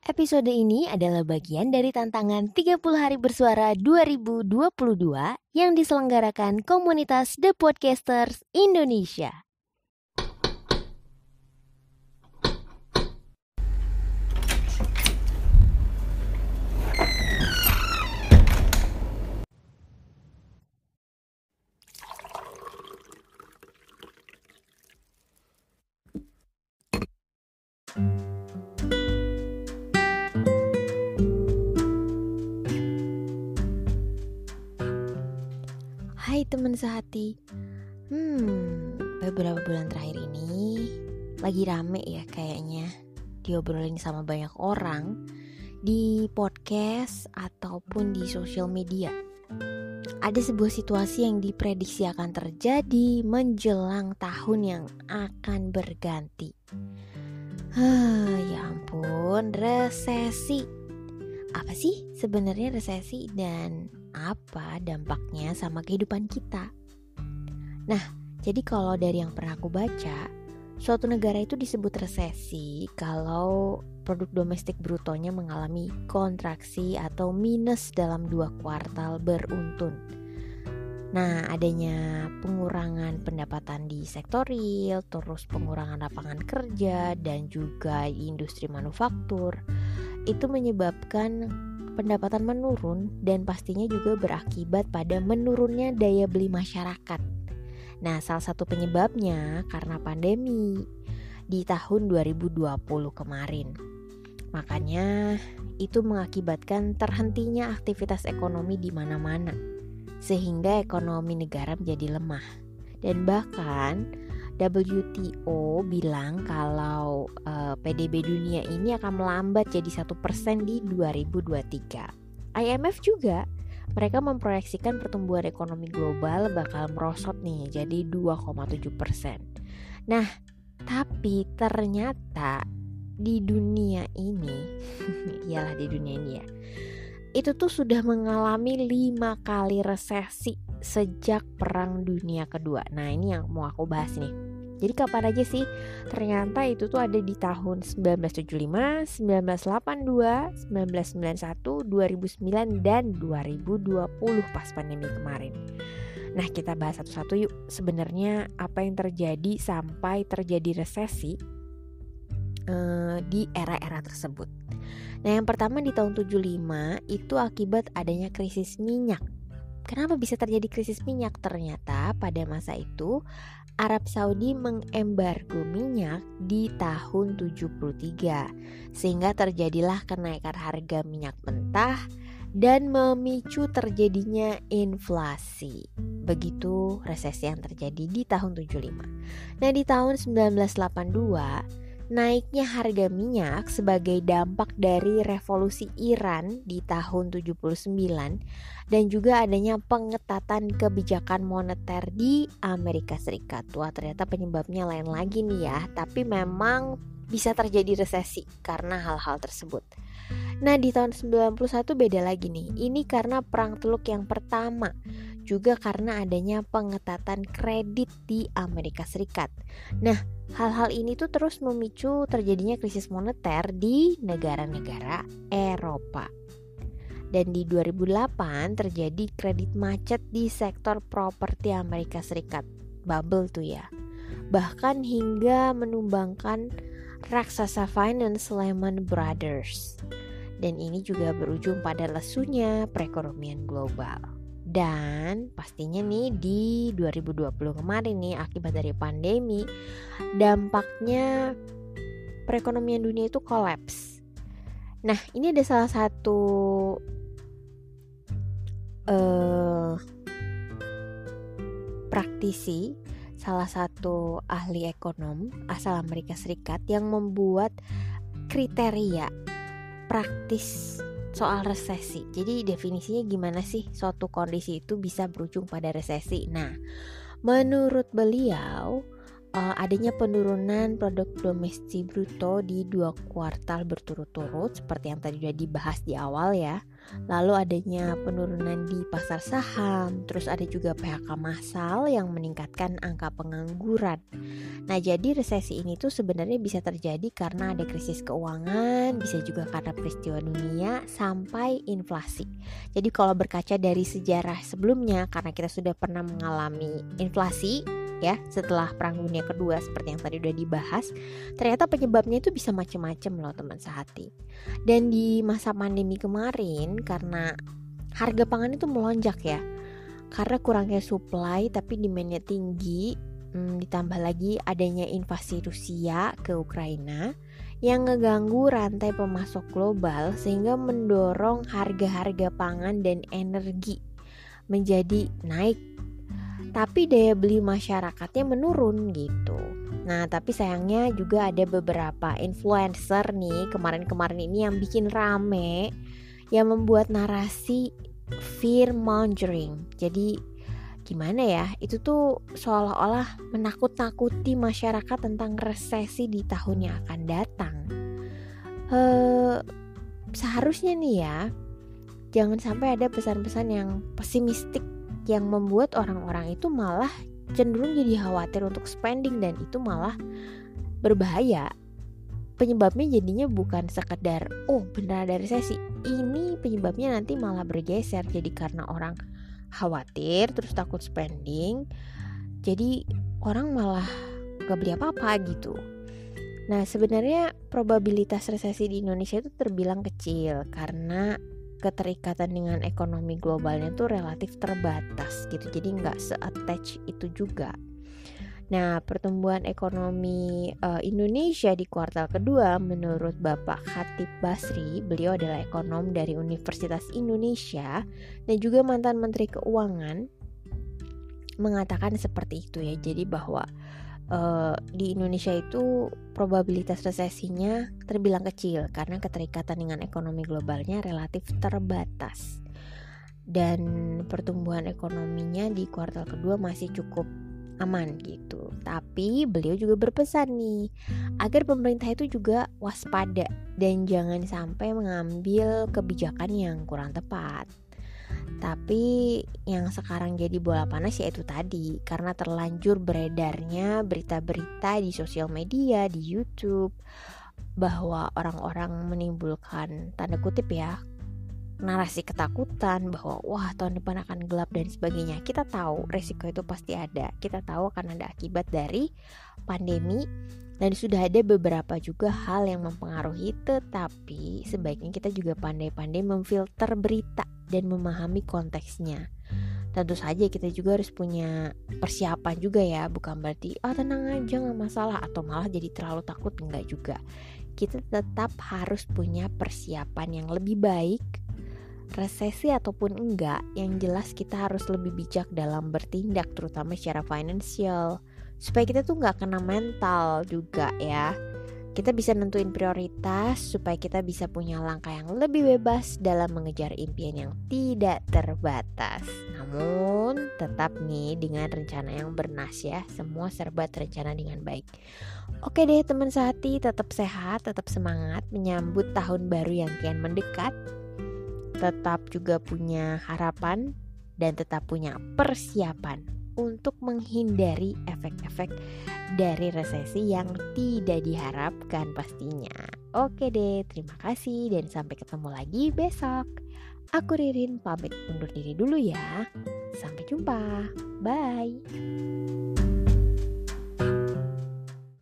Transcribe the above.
Episode ini adalah bagian dari tantangan 30 hari bersuara 2022 yang diselenggarakan komunitas The Podcasters Indonesia. Hai teman sehati. Beberapa bulan terakhir ini lagi rame ya kayaknya diobrolin sama banyak orang di podcast ataupun di sosial media. Ada sebuah situasi yang diprediksi akan terjadi menjelang tahun yang akan berganti. Ya ampun, resesi. Apa sih sebenarnya resesi dan apa dampaknya sama kehidupan kita? Nah, jadi kalau dari yang pernah aku baca, suatu negara itu disebut resesi kalau produk domestik brutonya mengalami kontraksi atau minus dalam 2 kuartal beruntun. Nah, adanya pengurangan pendapatan di sektor real, terus pengurangan lapangan kerja, dan juga di industri manufaktur, itu menyebabkan pendapatan menurun dan pastinya juga berakibat pada menurunnya daya beli masyarakat. Nah, salah satu penyebabnya karena pandemi di tahun 2020 kemarin. Makanya itu mengakibatkan terhentinya aktivitas ekonomi di mana-mana, sehingga ekonomi negara menjadi lemah. Dan bahkan WTO bilang kalau PDB dunia ini akan melambat jadi 1% di 2023. IMF juga, mereka memproyeksikan pertumbuhan ekonomi global bakal merosot nih jadi 2,7%. Nah, tapi ternyata di dunia ini, iyalah di dunia ini ya, itu tuh sudah mengalami 5 kali resesi sejak Perang Dunia Kedua. Nah, ini yang mau aku bahas nih. Jadi kapan aja sih? Ternyata itu tuh ada di tahun 1975, 1982, 1991, 2009, dan 2020 pas pandemi kemarin. Nah, kita bahas satu-satu yuk. Sebenarnya apa yang terjadi sampai terjadi resesi di era-era tersebut. Nah, yang pertama di tahun 75 itu akibat adanya krisis minyak. Kenapa bisa terjadi krisis minyak? Ternyata pada masa itu Arab Saudi mengembargo minyak di tahun 73, sehingga terjadilah kenaikan harga minyak mentah dan memicu terjadinya inflasi. Begitu resesi yang terjadi di tahun 75. Nah, di tahun 1982 naiknya harga minyak sebagai dampak dari revolusi Iran di tahun 79 dan juga adanya pengetatan kebijakan moneter di Amerika Serikat. Wah, ternyata penyebabnya lain lagi nih ya, tapi memang bisa terjadi resesi karena hal-hal tersebut. Nah, di tahun 91 beda lagi nih. Ini karena Perang Teluk yang pertama, juga karena adanya pengetatan kredit di Amerika Serikat. Nah, hal-hal ini tuh terus memicu terjadinya krisis moneter di negara-negara Eropa. Dan di 2008 terjadi kredit macet di sektor properti Amerika Serikat. Bubble tuh ya. Bahkan hingga menumbangkan raksasa finance Lehman Brothers. Dan ini juga berujung pada lesunya perekonomian global. Dan pastinya nih di 2020 kemarin nih akibat dari pandemi, dampaknya perekonomian dunia itu kolaps. Nah, ini ada salah satu praktisi, salah satu ahli ekonom asal Amerika Serikat yang membuat kriteria praktis soal resesi. Jadi definisinya gimana sih suatu kondisi itu bisa berujung pada resesi? Nah, menurut beliau adanya penurunan produk domestik bruto di 2 kuartal berturut-turut seperti yang tadi sudah dibahas di awal ya. Lalu adanya penurunan di pasar saham, terus ada juga PHK massal yang meningkatkan angka pengangguran. Nah, jadi resesi ini tuh sebenarnya bisa terjadi karena ada krisis keuangan, bisa juga karena peristiwa dunia sampai inflasi. Jadi kalau berkaca dari sejarah sebelumnya, karena kita sudah pernah mengalami inflasi ya setelah Perang Dunia Kedua seperti yang tadi udah dibahas, ternyata penyebabnya itu bisa macam-macam loh teman sehati. Dan di masa pandemi kemarin karena harga pangan itu melonjak ya, karena kurangnya supply tapi demand-nya tinggi, ditambah lagi adanya invasi Rusia ke Ukraina yang ngeganggu rantai pemasok global sehingga mendorong harga-harga pangan dan energi menjadi naik. Tapi daya beli masyarakatnya menurun gitu. Nah, tapi sayangnya juga ada beberapa influencer nih kemarin-kemarin ini yang bikin rame, yang membuat narasi fear mongering. Jadi gimana ya, itu tuh seolah-olah menakut-nakuti masyarakat tentang resesi di tahun yang akan datang. Seharusnya nih ya, jangan sampai ada pesan-pesan yang pesimistik yang membuat orang-orang itu malah cenderung jadi khawatir untuk spending, dan itu malah berbahaya. Penyebabnya jadinya bukan sekedar benar ada resesi, ini penyebabnya nanti malah bergeser jadi karena orang khawatir terus takut spending, jadi orang malah gak beli apa-apa gitu. Nah, sebenarnya probabilitas resesi di Indonesia itu terbilang kecil karena keterikatan dengan ekonomi globalnya tuh relatif terbatas gitu, jadi nggak se-attach itu juga. Nah, pertumbuhan ekonomi Indonesia di kuartal kedua menurut Bapak Khatib Basri, beliau adalah ekonom dari Universitas Indonesia dan juga mantan Menteri Keuangan, mengatakan seperti itu ya. Jadi bahwa di Indonesia itu probabilitas resesinya terbilang kecil karena keterikatan dengan ekonomi globalnya relatif terbatas, dan pertumbuhan ekonominya di kuartal kedua masih cukup aman gitu. Tapi beliau juga berpesan nih agar pemerintah itu juga waspada dan jangan sampai mengambil kebijakan yang kurang tepat. Tapi yang sekarang jadi bola panas yaitu tadi, karena terlanjur beredarnya berita-berita di sosial media, di YouTube, bahwa orang-orang menimbulkan tanda kutip ya narasi ketakutan bahwa tahun depan akan gelap dan sebagainya. Kita tahu resiko itu pasti ada, kita tahu akan ada akibat dari pandemi, dan sudah ada beberapa juga hal yang mempengaruhi. Tetapi sebaiknya kita juga pandai-pandai memfilter berita dan memahami konteksnya. Tentu saja kita juga harus punya persiapan juga ya, bukan berarti tenang aja gak masalah atau malah jadi terlalu takut, enggak juga. Kita tetap harus punya persiapan yang lebih baik. Resesi ataupun enggak, yang jelas kita harus lebih bijak dalam bertindak, terutama secara finansial, supaya kita tuh gak kena mental juga ya. Kita bisa nentuin prioritas supaya kita bisa punya langkah yang lebih bebas dalam mengejar impian yang tidak terbatas. Namun tetap nih dengan rencana yang bernas ya, semua serba terencana dengan baik. Oke deh teman sehati, tetap sehat, tetap semangat menyambut tahun baru yang kian mendekat. Tetap juga punya harapan dan tetap punya persiapan untuk menghindari efek-efek dari resesi yang tidak diharapkan pastinya. Oke deh, terima kasih dan sampai ketemu lagi besok. Aku Ririn pamit undur diri dulu ya. Sampai jumpa. Bye.